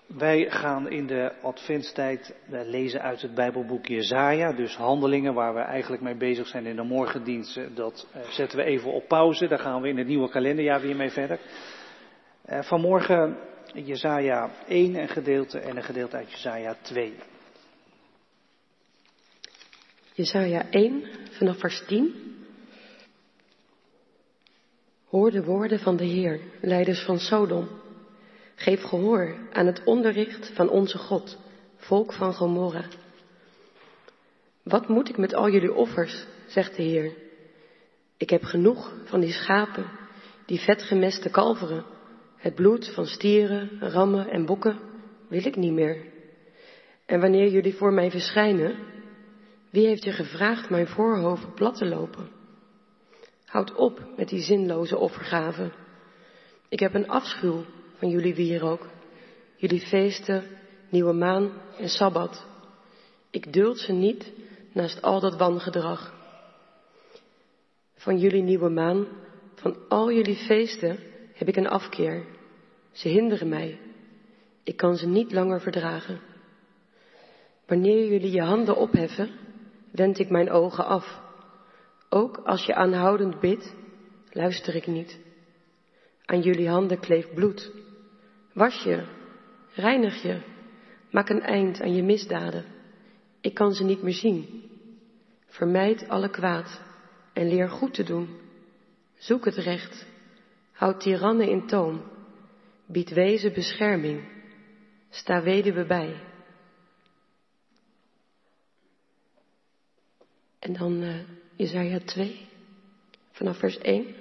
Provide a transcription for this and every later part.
Wij gaan in de adventstijd lezen uit het Bijbelboek Jesaja, dus Handelingen, waar we eigenlijk mee bezig zijn in de morgendiensten. Dat zetten we even op pauze, daar gaan we in het nieuwe kalenderjaar weer mee verder. Vanmorgen Jesaja 1 en een gedeelte uit Jesaja 2. Jesaja 1 vanaf vers 10. Hoor de woorden van de Heer, leiders van Sodom. Geef gehoor aan het onderricht van onze God, volk van Gomorra. Wat moet ik met al jullie offers, zegt de Heer. Ik heb genoeg van die schapen, die vetgemeste kalveren. Het bloed van stieren, rammen en bokken wil ik niet meer. En wanneer jullie voor mij verschijnen, wie heeft je gevraagd mijn voorhoofd plat te lopen? Houd op met die zinloze offergaven. Ik heb een afschuw van jullie wierook, jullie feesten, nieuwe maan en sabbat. Ik duld ze niet naast al dat wangedrag. Van jullie nieuwe maan, van al jullie feesten heb ik een afkeer. Ze hinderen mij. Ik kan ze niet langer verdragen. Wanneer jullie je handen opheffen, wend ik mijn ogen af. Ook als je aanhoudend bidt, luister ik niet. Aan jullie handen kleeft bloed. Was je, reinig je, maak een eind aan je misdaden. Ik kan ze niet meer zien. Vermijd alle kwaad en leer goed te doen. Zoek het recht. Houd tirannen in toom. Bied wezen bescherming. Sta weduwe bij. En dan Jesaja 2, vanaf vers 1.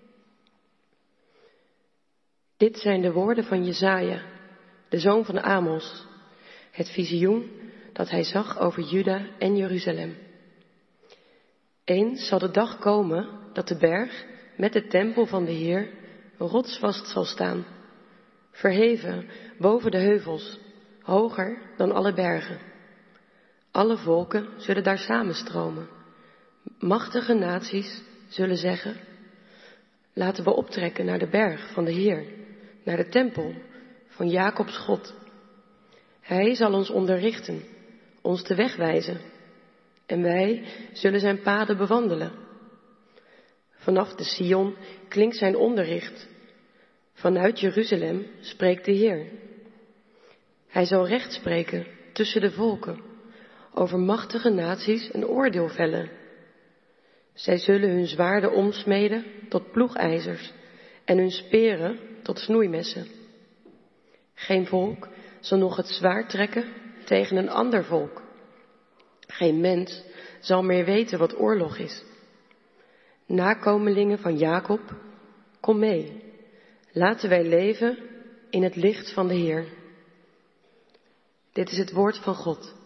Dit zijn de woorden van Jesaja, de zoon van Amos, het visioen dat hij zag over Juda en Jeruzalem. Eens zal de dag komen dat de berg met de tempel van de Heer rotsvast zal staan, verheven boven de heuvels, hoger dan alle bergen. Alle volken zullen daar samenstromen. Machtige naties zullen zeggen, laten we optrekken naar de berg van de Heer, naar de tempel van Jacobs God. Hij zal ons onderrichten, ons de weg wijzen, en wij zullen zijn paden bewandelen. Vanaf de Sion klinkt zijn onderricht. Vanuit Jeruzalem spreekt de Heer. Hij zal recht spreken tussen de volken, over machtige naties een oordeel vellen. Zij zullen hun zwaarden omsmeden tot ploegijzers en hun speren tot snoeimessen. Geen volk zal nog het zwaard trekken tegen een ander volk. Geen mens zal meer weten wat oorlog is. Nakomelingen van Jacob, kom mee. Laten wij leven in het licht van de Heer. Dit is het woord van God.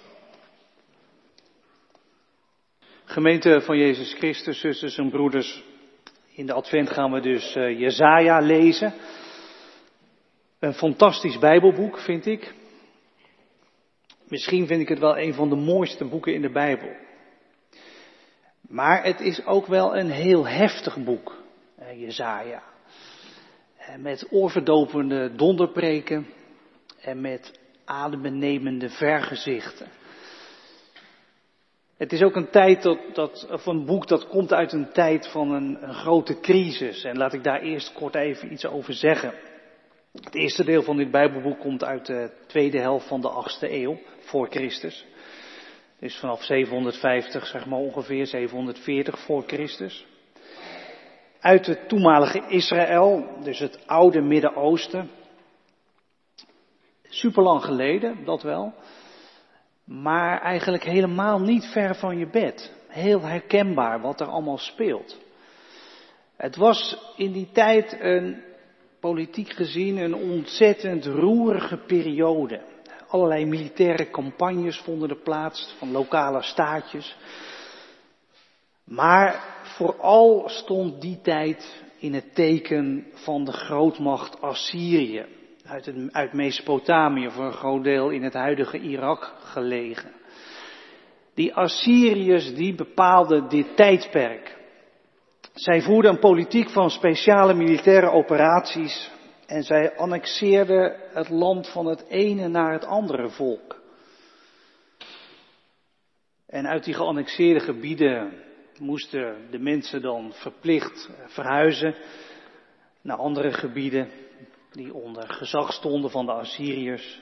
Gemeente van Jezus Christus, zusters en broeders, in de advent gaan we dus Jesaja lezen. Een fantastisch Bijbelboek, vind ik. Misschien vind ik het wel een van de mooiste boeken in de Bijbel. Maar het is ook wel een heel heftig boek, Jesaja. Met oorverdovende donderpreken en met adembenemende vergezichten. Het is ook een tijd een boek dat komt uit een tijd van een grote crisis. En laat ik daar eerst kort even iets over zeggen. Het eerste deel van dit Bijbelboek komt uit de tweede helft van de 8e eeuw voor Christus. Dus vanaf 750, zeg maar ongeveer 740 voor Christus. Uit het toenmalige Israël, dus het oude Midden-Oosten. Superlang geleden, dat wel. Maar eigenlijk helemaal niet ver van je bed. Heel herkenbaar wat er allemaal speelt. Het was in die tijd politiek gezien een ontzettend roerige periode. Allerlei militaire campagnes vonden er plaats van lokale staatjes. Maar vooral stond die tijd in het teken van de grootmacht Assyrië. Uit Mesopotamië, voor een groot deel in het huidige Irak gelegen. Die Assyriërs die bepaalden dit tijdperk. Zij voerden een politiek van speciale militaire operaties En zij annexeerden het land van het ene naar het andere volk. En uit die geannexeerde gebieden moesten de mensen dan verplicht verhuizen naar andere gebieden die onder gezag stonden van de Assyriërs.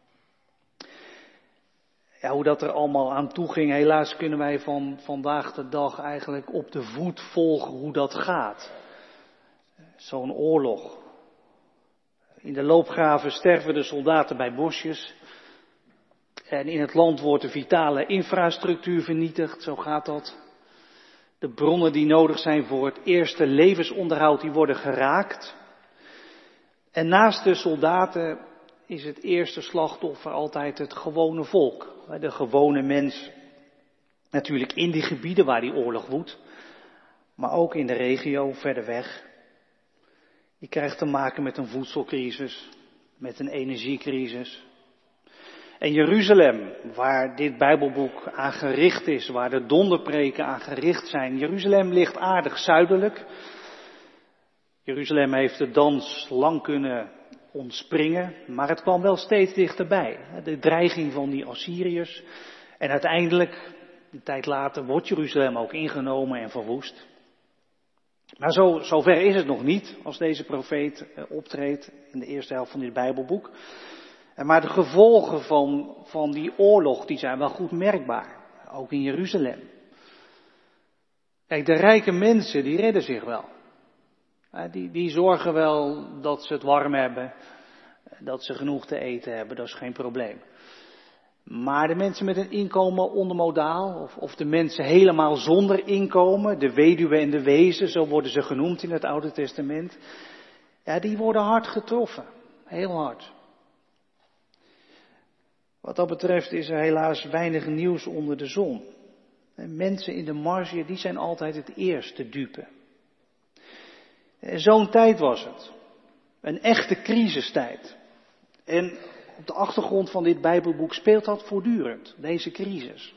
Ja, hoe dat er allemaal aan toe ging, helaas kunnen wij van vandaag de dag eigenlijk op de voet volgen hoe dat gaat. Zo'n oorlog. In de loopgraven sterven de soldaten bij bosjes. En in het land wordt de vitale infrastructuur vernietigd, zo gaat dat. De bronnen die nodig zijn voor het eerste levensonderhoud, die worden geraakt. En naast de soldaten is het eerste slachtoffer altijd het gewone volk, de gewone mens. Natuurlijk in die gebieden waar die oorlog woedt, maar ook in de regio verder weg. Je krijgt te maken met een voedselcrisis, met een energiecrisis. En Jeruzalem, waar dit Bijbelboek aan gericht is, waar de donderpreken aan gericht zijn. Jeruzalem ligt aardig zuidelijk. Jeruzalem heeft de dans lang kunnen ontspringen, maar het kwam wel steeds dichterbij. De dreiging van die Assyriërs. En uiteindelijk, een tijd later, wordt Jeruzalem ook ingenomen en verwoest. Maar zover is het nog niet als deze profeet optreedt in de eerste helft van dit Bijbelboek. Maar de gevolgen van die oorlog, die zijn wel goed merkbaar. Ook in Jeruzalem. Kijk, de rijke mensen, die redden zich wel. Die zorgen wel dat ze het warm hebben. Dat ze genoeg te eten hebben, dat is geen probleem. Maar de mensen met een inkomen onder modaal, of de mensen helemaal zonder inkomen, de weduwe en de wezen, zo worden ze genoemd in het Oude Testament. Ja, die worden hard getroffen. Heel hard. Wat dat betreft is er helaas weinig nieuws onder de zon. Mensen in de marge, die zijn altijd het eerste dupe. Zo'n tijd was het. Een echte crisistijd. En op de achtergrond van dit Bijbelboek speelt dat voortdurend, deze crisis.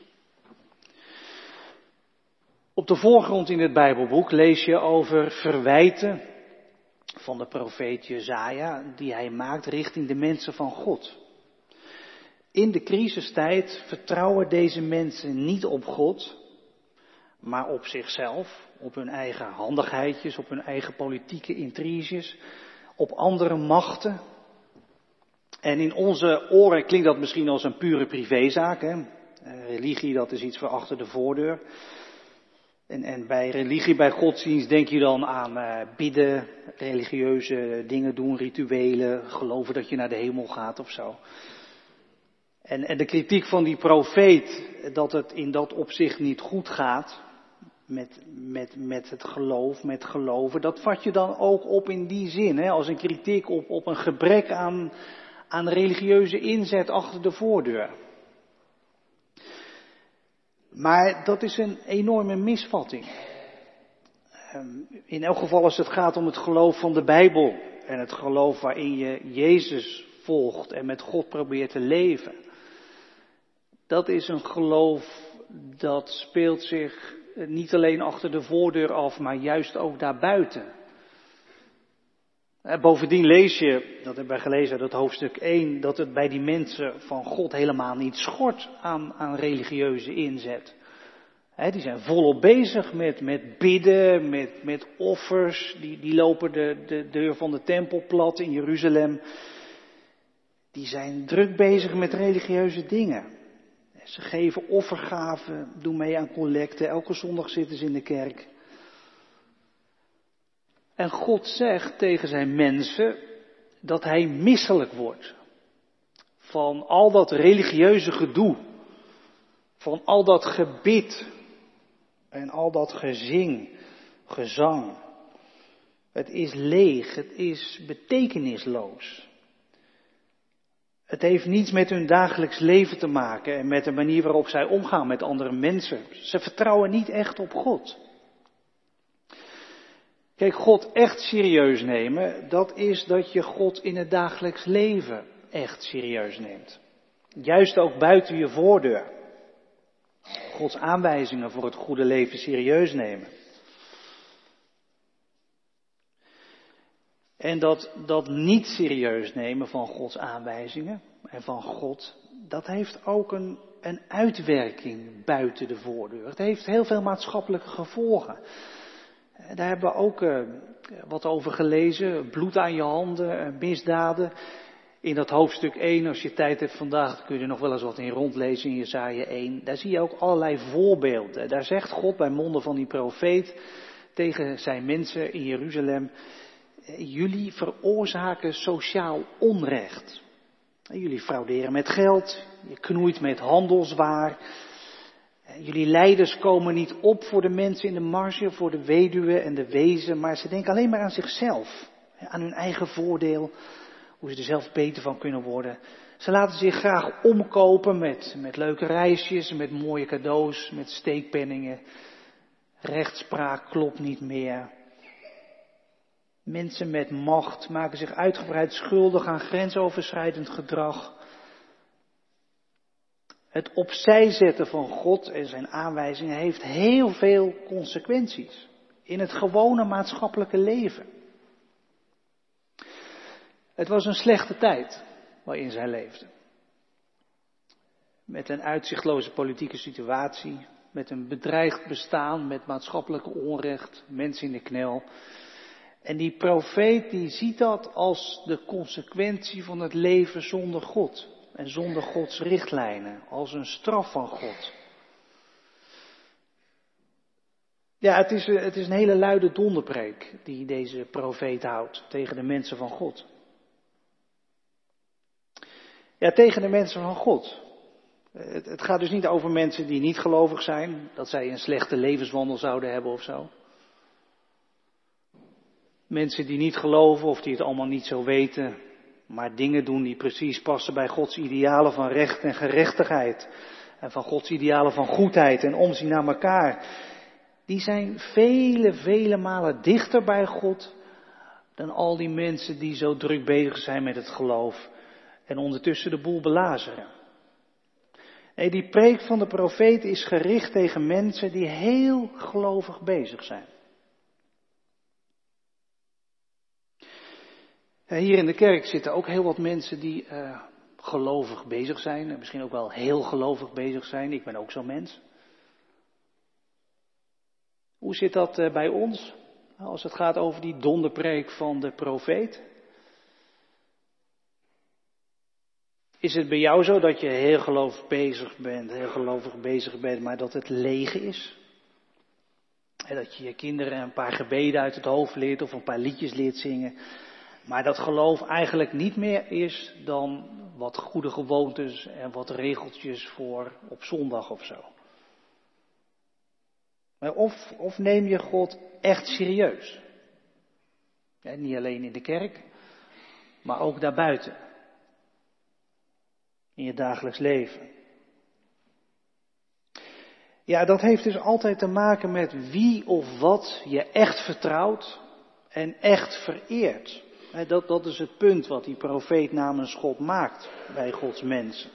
Op de voorgrond in het Bijbelboek lees je over verwijten van de profeet Jesaja, die hij maakt richting de mensen van God. In de crisistijd vertrouwen deze mensen niet op God, maar op zichzelf, op hun eigen handigheidjes, op hun eigen politieke intriges, op andere machten. En in onze oren klinkt dat misschien als een pure privézaak. Hè? Religie, dat is iets voor achter de voordeur. En bij religie, bij godsdienst denk je dan aan bidden, religieuze dingen doen, rituelen, geloven dat je naar de hemel gaat of zo. En de kritiek van die profeet, dat het in dat opzicht niet goed gaat, met het geloof, met geloven, dat vat je dan ook op in die zin, hè, als een kritiek op een gebrek aan religieuze inzet achter de voordeur. Maar dat is een enorme misvatting. In elk geval als het gaat om het geloof van de Bijbel en het geloof waarin je Jezus volgt en met God probeert te leven. Dat is een geloof dat speelt zich niet alleen achter de voordeur af, maar juist ook daarbuiten. Bovendien lees je, dat hebben wij gelezen uit het hoofdstuk 1, dat het bij die mensen van God helemaal niet schort aan religieuze inzet. Die zijn volop bezig met bidden, met offers, die lopen de deur van de tempel plat in Jeruzalem. Die zijn druk bezig met religieuze dingen. Ze geven offergaven, doen mee aan collecten, elke zondag zitten ze in de kerk. En God zegt tegen zijn mensen dat hij misselijk wordt van al dat religieuze gedoe, van al dat gebid en al dat gezang. Het is leeg, het is betekenisloos. Het heeft niets met hun dagelijks leven te maken en met de manier waarop zij omgaan met andere mensen. Ze vertrouwen niet echt op God. Kijk, God echt serieus nemen, dat is dat je God in het dagelijks leven echt serieus neemt. Juist ook buiten je voordeur. Gods aanwijzingen voor het goede leven serieus nemen. En dat niet serieus nemen van Gods aanwijzingen en van God, dat heeft ook een uitwerking buiten de voordeur. Het heeft heel veel maatschappelijke gevolgen. Daar hebben we ook wat over gelezen. Bloed aan je handen, misdaden. In dat hoofdstuk 1, als je tijd hebt vandaag, kun je er nog wel eens wat in rondlezen in Jesaja 1. Daar zie je ook allerlei voorbeelden. Daar zegt God bij monden van die profeet tegen zijn mensen in Jeruzalem: jullie veroorzaken sociaal onrecht. Jullie frauderen met geld, je knoeit met handelswaar. Jullie leiders komen niet op voor de mensen in de marge, voor de weduwe en de wezen, maar ze denken alleen maar aan zichzelf. Aan hun eigen voordeel, hoe ze er zelf beter van kunnen worden. Ze laten zich graag omkopen met leuke reisjes, met mooie cadeaus, met steekpenningen. Rechtspraak klopt niet meer. Mensen met macht maken zich uitgebreid schuldig aan grensoverschrijdend gedrag. Het opzij zetten van God en zijn aanwijzingen heeft heel veel consequenties in het gewone maatschappelijke leven. Het was een slechte tijd waarin zij leefden. Met een uitzichtloze politieke situatie, met een bedreigd bestaan, met maatschappelijke onrecht, mensen in de knel. En die profeet die ziet dat als de consequentie van het leven zonder God. En zonder Gods richtlijnen, als een straf van God. Ja, het is een hele luide donderpreek die deze profeet houdt tegen de mensen van God. Ja, tegen de mensen van God. Het gaat dus niet over mensen die niet gelovig zijn, dat zij een slechte levenswandel zouden hebben of zo. Mensen die niet geloven of die het allemaal niet zo weten, maar dingen doen die precies passen bij Gods idealen van recht en gerechtigheid. En van Gods idealen van goedheid en omzien naar elkaar. Die zijn vele malen dichter bij God dan al die mensen die zo druk bezig zijn met het geloof en ondertussen de boel belazeren. Nee, die preek van de profeet is gericht tegen mensen die heel gelovig bezig zijn. Hier in de kerk zitten ook heel wat mensen die gelovig bezig zijn. En misschien ook wel heel gelovig bezig zijn. Ik ben ook zo'n mens. Hoe zit dat bij ons? Als het gaat over die donderpreek van de profeet. Is het bij jou zo dat je heel gelovig bezig bent, maar dat het leeg is? En dat je je kinderen een paar gebeden uit het hoofd leert of een paar liedjes leert zingen. Maar dat geloof eigenlijk niet meer is dan wat goede gewoontes en wat regeltjes voor op zondag of zo. Of neem je God echt serieus? Ja, niet alleen in de kerk, maar ook daarbuiten. In je dagelijks leven. Ja, dat heeft dus altijd te maken met wie of wat je echt vertrouwt en echt vereert. Dat is het punt wat die profeet namens God maakt bij Gods mensen.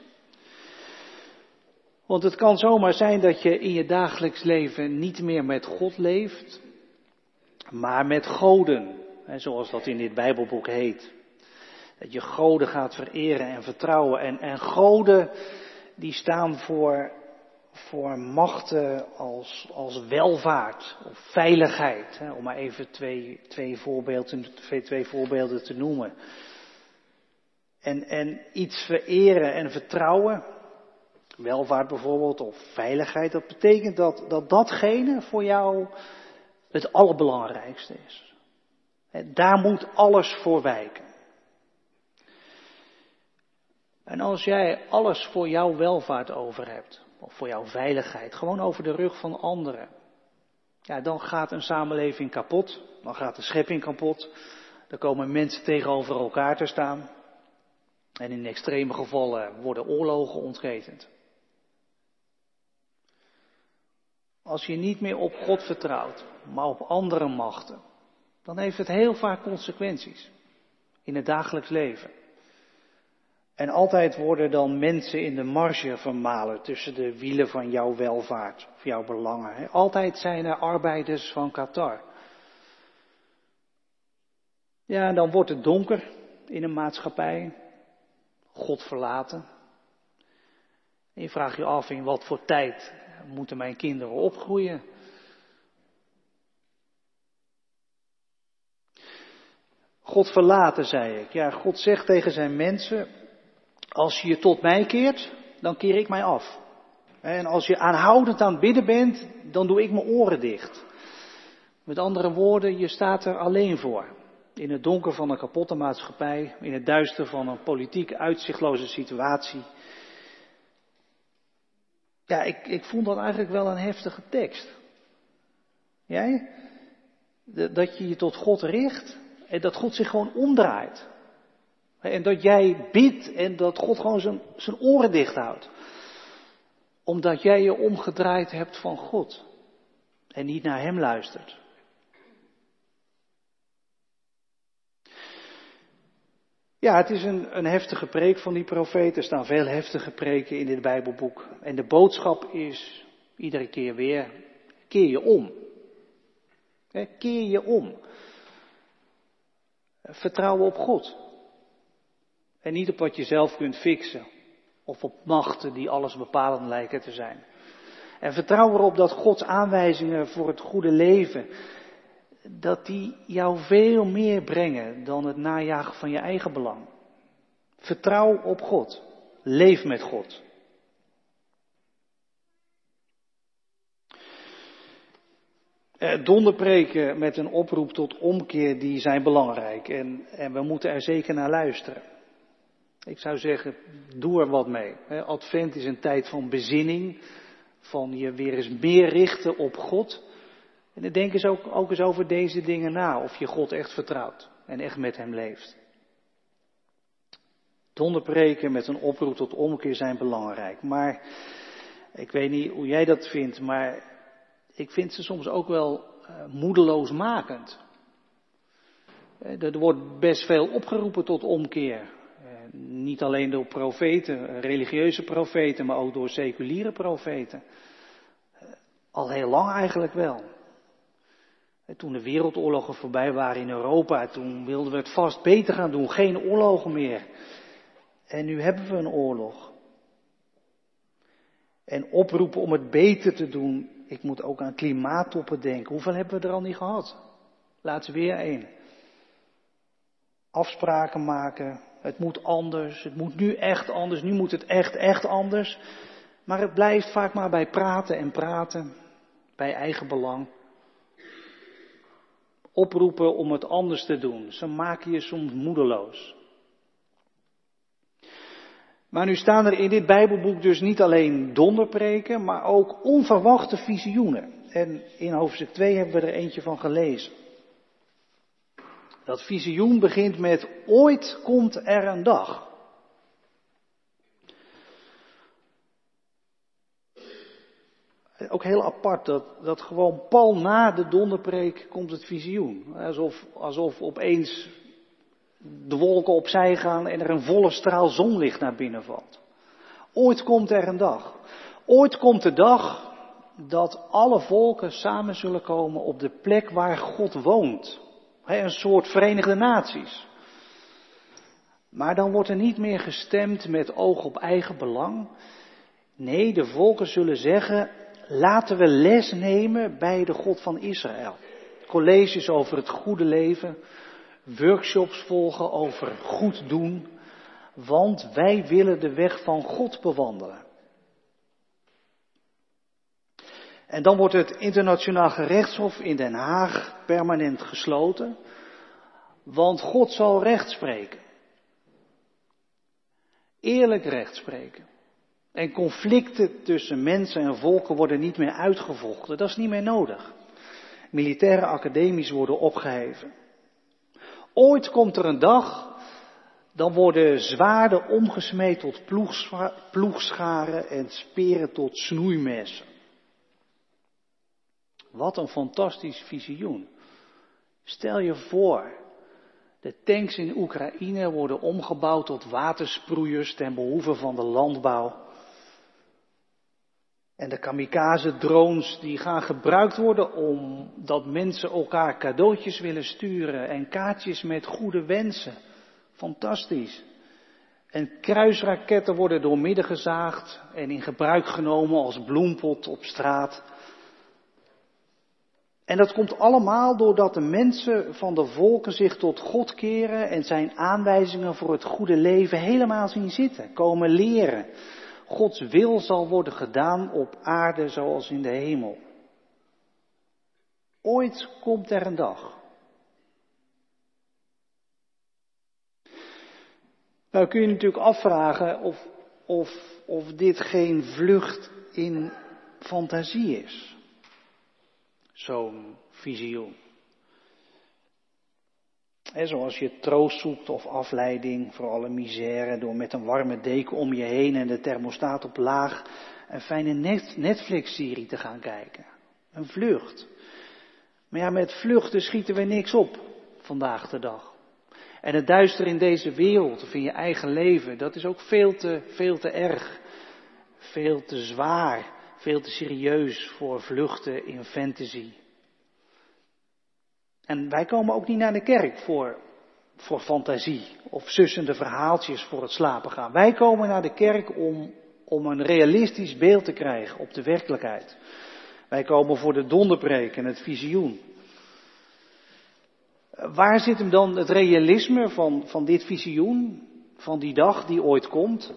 Want het kan zomaar zijn dat je in je dagelijks leven niet meer met God leeft, maar met goden, zoals dat in dit Bijbelboek heet. Dat je goden gaat vereren en vertrouwen. En goden die staan voor machten als welvaart of veiligheid. Om maar even twee voorbeelden te noemen. En iets vereren en vertrouwen, welvaart bijvoorbeeld of veiligheid, dat betekent dat datgene voor jou het allerbelangrijkste is. Daar moet alles voor wijken. En als jij alles voor jouw welvaart over hebt, of voor jouw veiligheid, gewoon over de rug van anderen, ja, dan gaat een samenleving kapot, dan gaat de schepping kapot, dan komen mensen tegenover elkaar te staan en in extreme gevallen worden oorlogen ontketend. Als je niet meer op God vertrouwt, maar op andere machten, dan heeft het heel vaak consequenties in het dagelijks leven. En altijd worden dan mensen in de marge vermalen tussen de wielen van jouw welvaart of jouw belangen. Altijd zijn er arbeiders van Qatar. Ja, en dan wordt het donker in een maatschappij. God verlaten. En je vraagt je af in wat voor tijd moeten mijn kinderen opgroeien. God verlaten, zei ik. Ja, God zegt tegen zijn mensen, als je je tot mij keert, dan keer ik mij af. En als je aanhoudend aan het bidden bent, dan doe ik mijn oren dicht. Met andere woorden, je staat er alleen voor. In het donker van een kapotte maatschappij, in het duister van een politiek uitzichtloze situatie. Ja, ik vond dat eigenlijk wel een heftige tekst. Jij? Dat je je tot God richt en dat God zich gewoon omdraait. En dat jij bidt en dat God gewoon zijn oren dicht houdt. Omdat jij je omgedraaid hebt van God en niet naar hem luistert. Ja, het is een heftige preek van die profeet. Er staan veel heftige preken in dit Bijbelboek. En de boodschap is iedere keer weer, keer je om. Keer je om. Vertrouw op God. En niet op wat je zelf kunt fixen. Of op machten die alles bepalend lijken te zijn. En vertrouw erop dat Gods aanwijzingen voor het goede leven, dat die jou veel meer brengen dan het najagen van je eigen belang. Vertrouw op God. Leef met God. Donderpreken met een oproep tot omkeer, die zijn belangrijk. En we moeten er zeker naar luisteren. Ik zou zeggen, doe er wat mee. Advent is een tijd van bezinning. Van je weer eens meer richten op God. En dan denk eens ook eens over deze dingen na. Of je God echt vertrouwt. En echt met hem leeft. Donderpreken met een oproep tot omkeer zijn belangrijk. Maar ik weet niet hoe jij dat vindt. Maar ik vind ze soms ook wel moedeloosmakend. Er wordt best veel opgeroepen tot omkeer. Niet alleen door profeten, religieuze profeten, maar ook door seculiere profeten. Al heel lang eigenlijk wel. Toen de wereldoorlogen voorbij waren in Europa, toen wilden we het vast beter gaan doen. Geen oorlogen meer. En nu hebben we een oorlog. En oproepen om het beter te doen. Ik moet ook aan klimaattoppen denken. Hoeveel hebben we er al niet gehad? Laatst weer één. Afspraken maken. Het moet anders. Het moet nu echt anders. Nu moet het echt anders. Maar het blijft vaak maar bij praten en praten. Bij eigen belang. Oproepen om het anders te doen. Ze maken je soms moedeloos. Maar nu staan er in dit Bijbelboek dus niet alleen donderpreken, maar ook onverwachte visioenen. En in hoofdstuk 2 hebben we er eentje van gelezen. Dat visioen begint met: ooit komt er een dag. Ook heel apart dat gewoon pal na de donderpreek komt het visioen. Alsof opeens de wolken opzij gaan en er een volle straal zonlicht naar binnen valt. Ooit komt er een dag. Ooit komt de dag dat alle volken samen zullen komen op de plek waar God woont. Een soort Verenigde Naties. Maar dan wordt er niet meer gestemd met oog op eigen belang. Nee, de volken zullen zeggen: laten we les nemen bij de God van Israël. Colleges over het goede leven. Workshops volgen over goed doen. Want wij willen de weg van God bewandelen. En dan wordt het internationaal gerechtshof in Den Haag permanent gesloten. Want God zal recht spreken. Eerlijk recht spreken. En conflicten tussen mensen en volken worden niet meer uitgevochten. Dat is niet meer nodig. Militaire academies worden opgeheven. Ooit komt er een dag, dan worden zwaarden omgesmeed tot ploegscharen en speren tot snoeimessen. Wat een fantastisch visioen. Stel je voor, de tanks in Oekraïne worden omgebouwd tot watersproeiers ten behoeve van de landbouw. En de kamikaze-drones die gaan gebruikt worden omdat mensen elkaar cadeautjes willen sturen en kaartjes met goede wensen. Fantastisch. En kruisraketten worden doormidden gezaagd en in gebruik genomen als bloempot op straat. En dat komt allemaal doordat de mensen van de volken zich tot God keren en zijn aanwijzingen voor het goede leven helemaal zien zitten, komen leren. Gods wil zal worden gedaan op aarde zoals in de hemel. Ooit komt er een dag. Nou kun je natuurlijk afvragen of dit geen vlucht in fantasie is. Zo'n visioen. Zoals je troost zoekt of afleiding voor alle misère door met een warme deken om je heen en de thermostaat op laag een fijne Netflix-serie te gaan kijken. Een vlucht. Maar ja, met vluchten schieten we niks op vandaag de dag. En het duister in deze wereld of in je eigen leven, dat is ook veel te erg. Veel te zwaar, veel te serieus voor vluchten in fantasy. En wij komen ook niet naar de kerk voor fantasie of sussende verhaaltjes voor het slapen gaan. Wij komen naar de kerk om een realistisch beeld te krijgen op de werkelijkheid. Wij komen voor de donderpreek en het visioen. Waar zit hem dan het realisme van dit visioen, van die dag die ooit komt?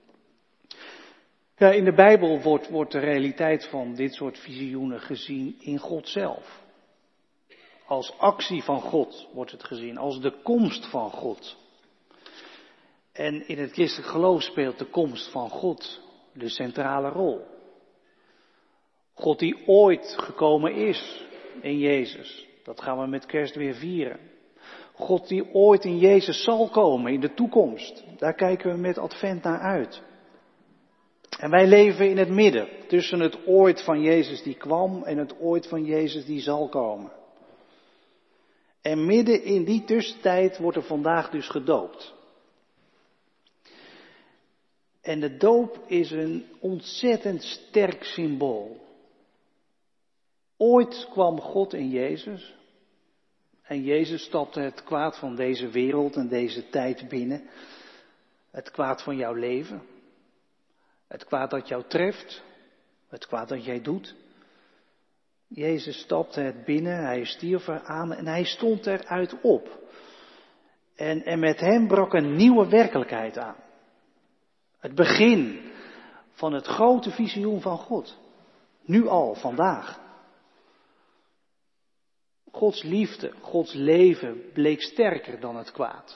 Ja, in de Bijbel wordt de realiteit van dit soort visioenen gezien in God zelf. Als actie van God wordt het gezien, als de komst van God. En in het christelijk geloof speelt de komst van God de centrale rol. God die ooit gekomen is in Jezus, dat gaan we met kerst weer vieren. God die ooit in Jezus zal komen in de toekomst, daar kijken we met Advent naar uit. En wij leven in het midden, tussen het ooit van Jezus die kwam en het ooit van Jezus die zal komen. En midden in die tussentijd wordt er vandaag dus gedoopt. En de doop is een ontzettend sterk symbool. Ooit kwam God in Jezus. En Jezus stapte het kwaad van deze wereld en deze tijd binnen. Het kwaad van jouw leven. Het kwaad dat jou treft. Het kwaad dat jij doet. Jezus stapte het binnen, hij stierf eraan en hij stond eruit op. En met hem brak een nieuwe werkelijkheid aan. Het begin van het grote visioen van God. Nu al, vandaag. Gods liefde, Gods leven bleek sterker dan het kwaad.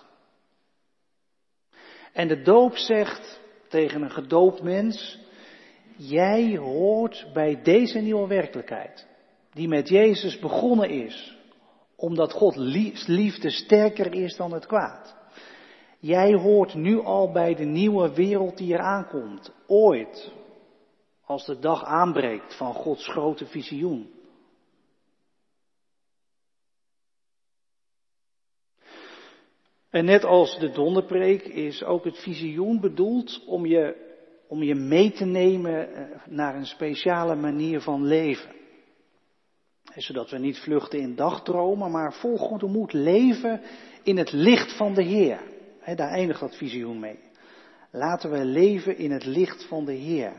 En de doop zegt tegen een gedoopt mens: jij hoort bij deze nieuwe werkelijkheid. Die met Jezus begonnen is. Omdat Gods liefde sterker is dan het kwaad. Jij hoort nu al bij de nieuwe wereld die eraan komt. Ooit. Als de dag aanbreekt van Gods grote visioen. En net als de donderpreek is ook het visioen bedoeld om je mee te nemen naar een speciale manier van leven. Zodat we niet vluchten in dagdromen, maar vol goede moed leven in het licht van de Heer. Daar eindigt dat visioen mee. Laten we leven in het licht van de Heer.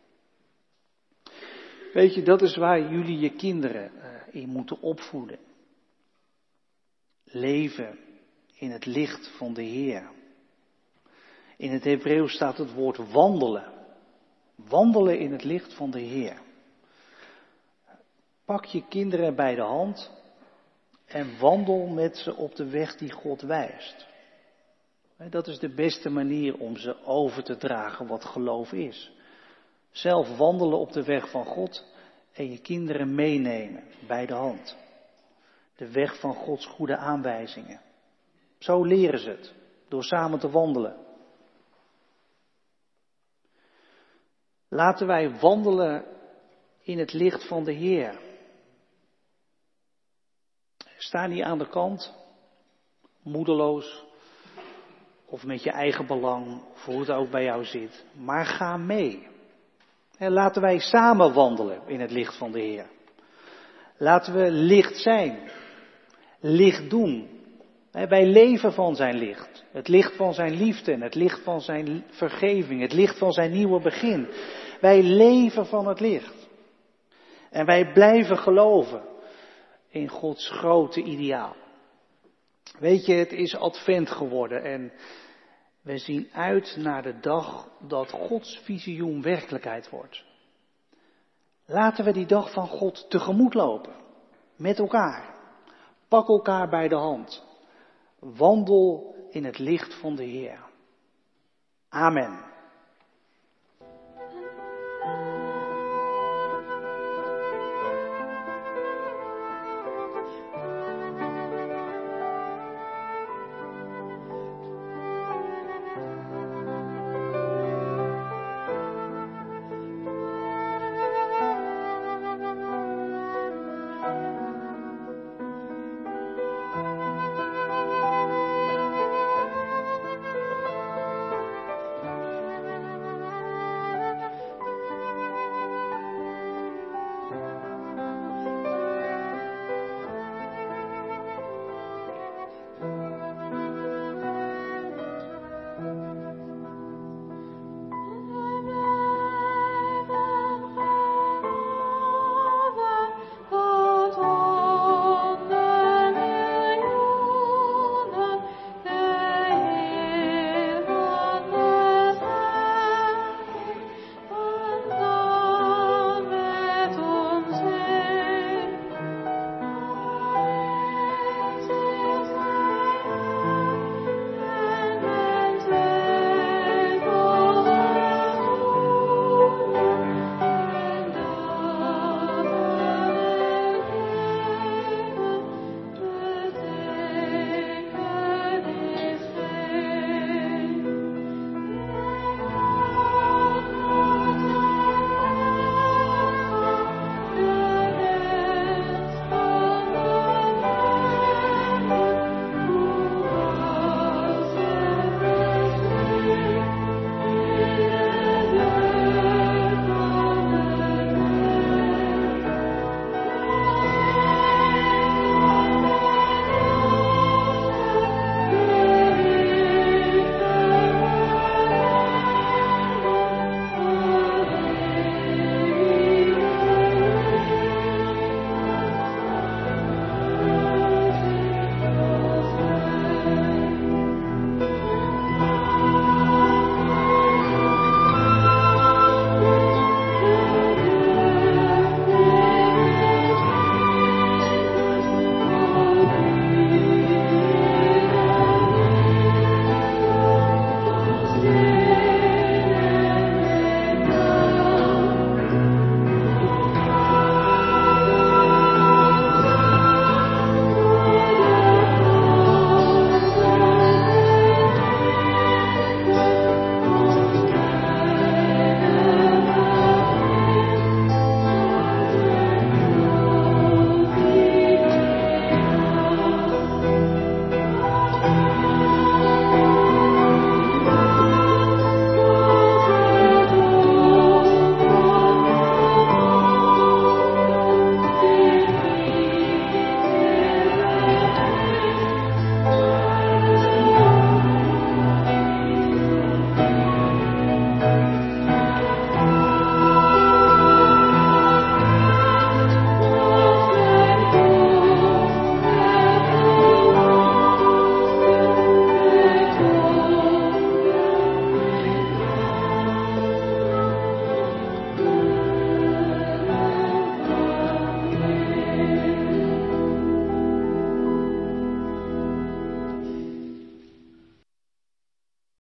Weet je, dat is waar jullie je kinderen in moeten opvoeden. Leven in het licht van de Heer. In het Hebreeuws staat het woord wandelen. Wandelen in het licht van de Heer. Pak je kinderen bij de hand en wandel met ze op de weg die God wijst. Dat is de beste manier om ze over te dragen wat geloof is. Zelf wandelen op de weg van God en je kinderen meenemen bij de hand. De weg van Gods goede aanwijzingen. Zo leren ze het, door samen te wandelen. Laten wij wandelen in het licht van de Heer. Sta niet aan de kant, moedeloos, of met je eigen belang, of hoe het ook bij jou zit. Maar ga mee. En laten wij samen wandelen in het licht van de Heer. Laten we licht zijn. Licht doen. Wij leven van zijn licht. Het licht van zijn liefde en het licht van zijn vergeving. Het licht van zijn nieuwe begin. Wij leven van het licht. En wij blijven geloven in Gods grote ideaal. Weet je, het is advent geworden en we zien uit naar de dag dat Gods visioen werkelijkheid wordt. Laten we die dag van God tegemoet lopen. Met elkaar. Pak elkaar bij de hand. Wandel in het licht van de Heer. Amen.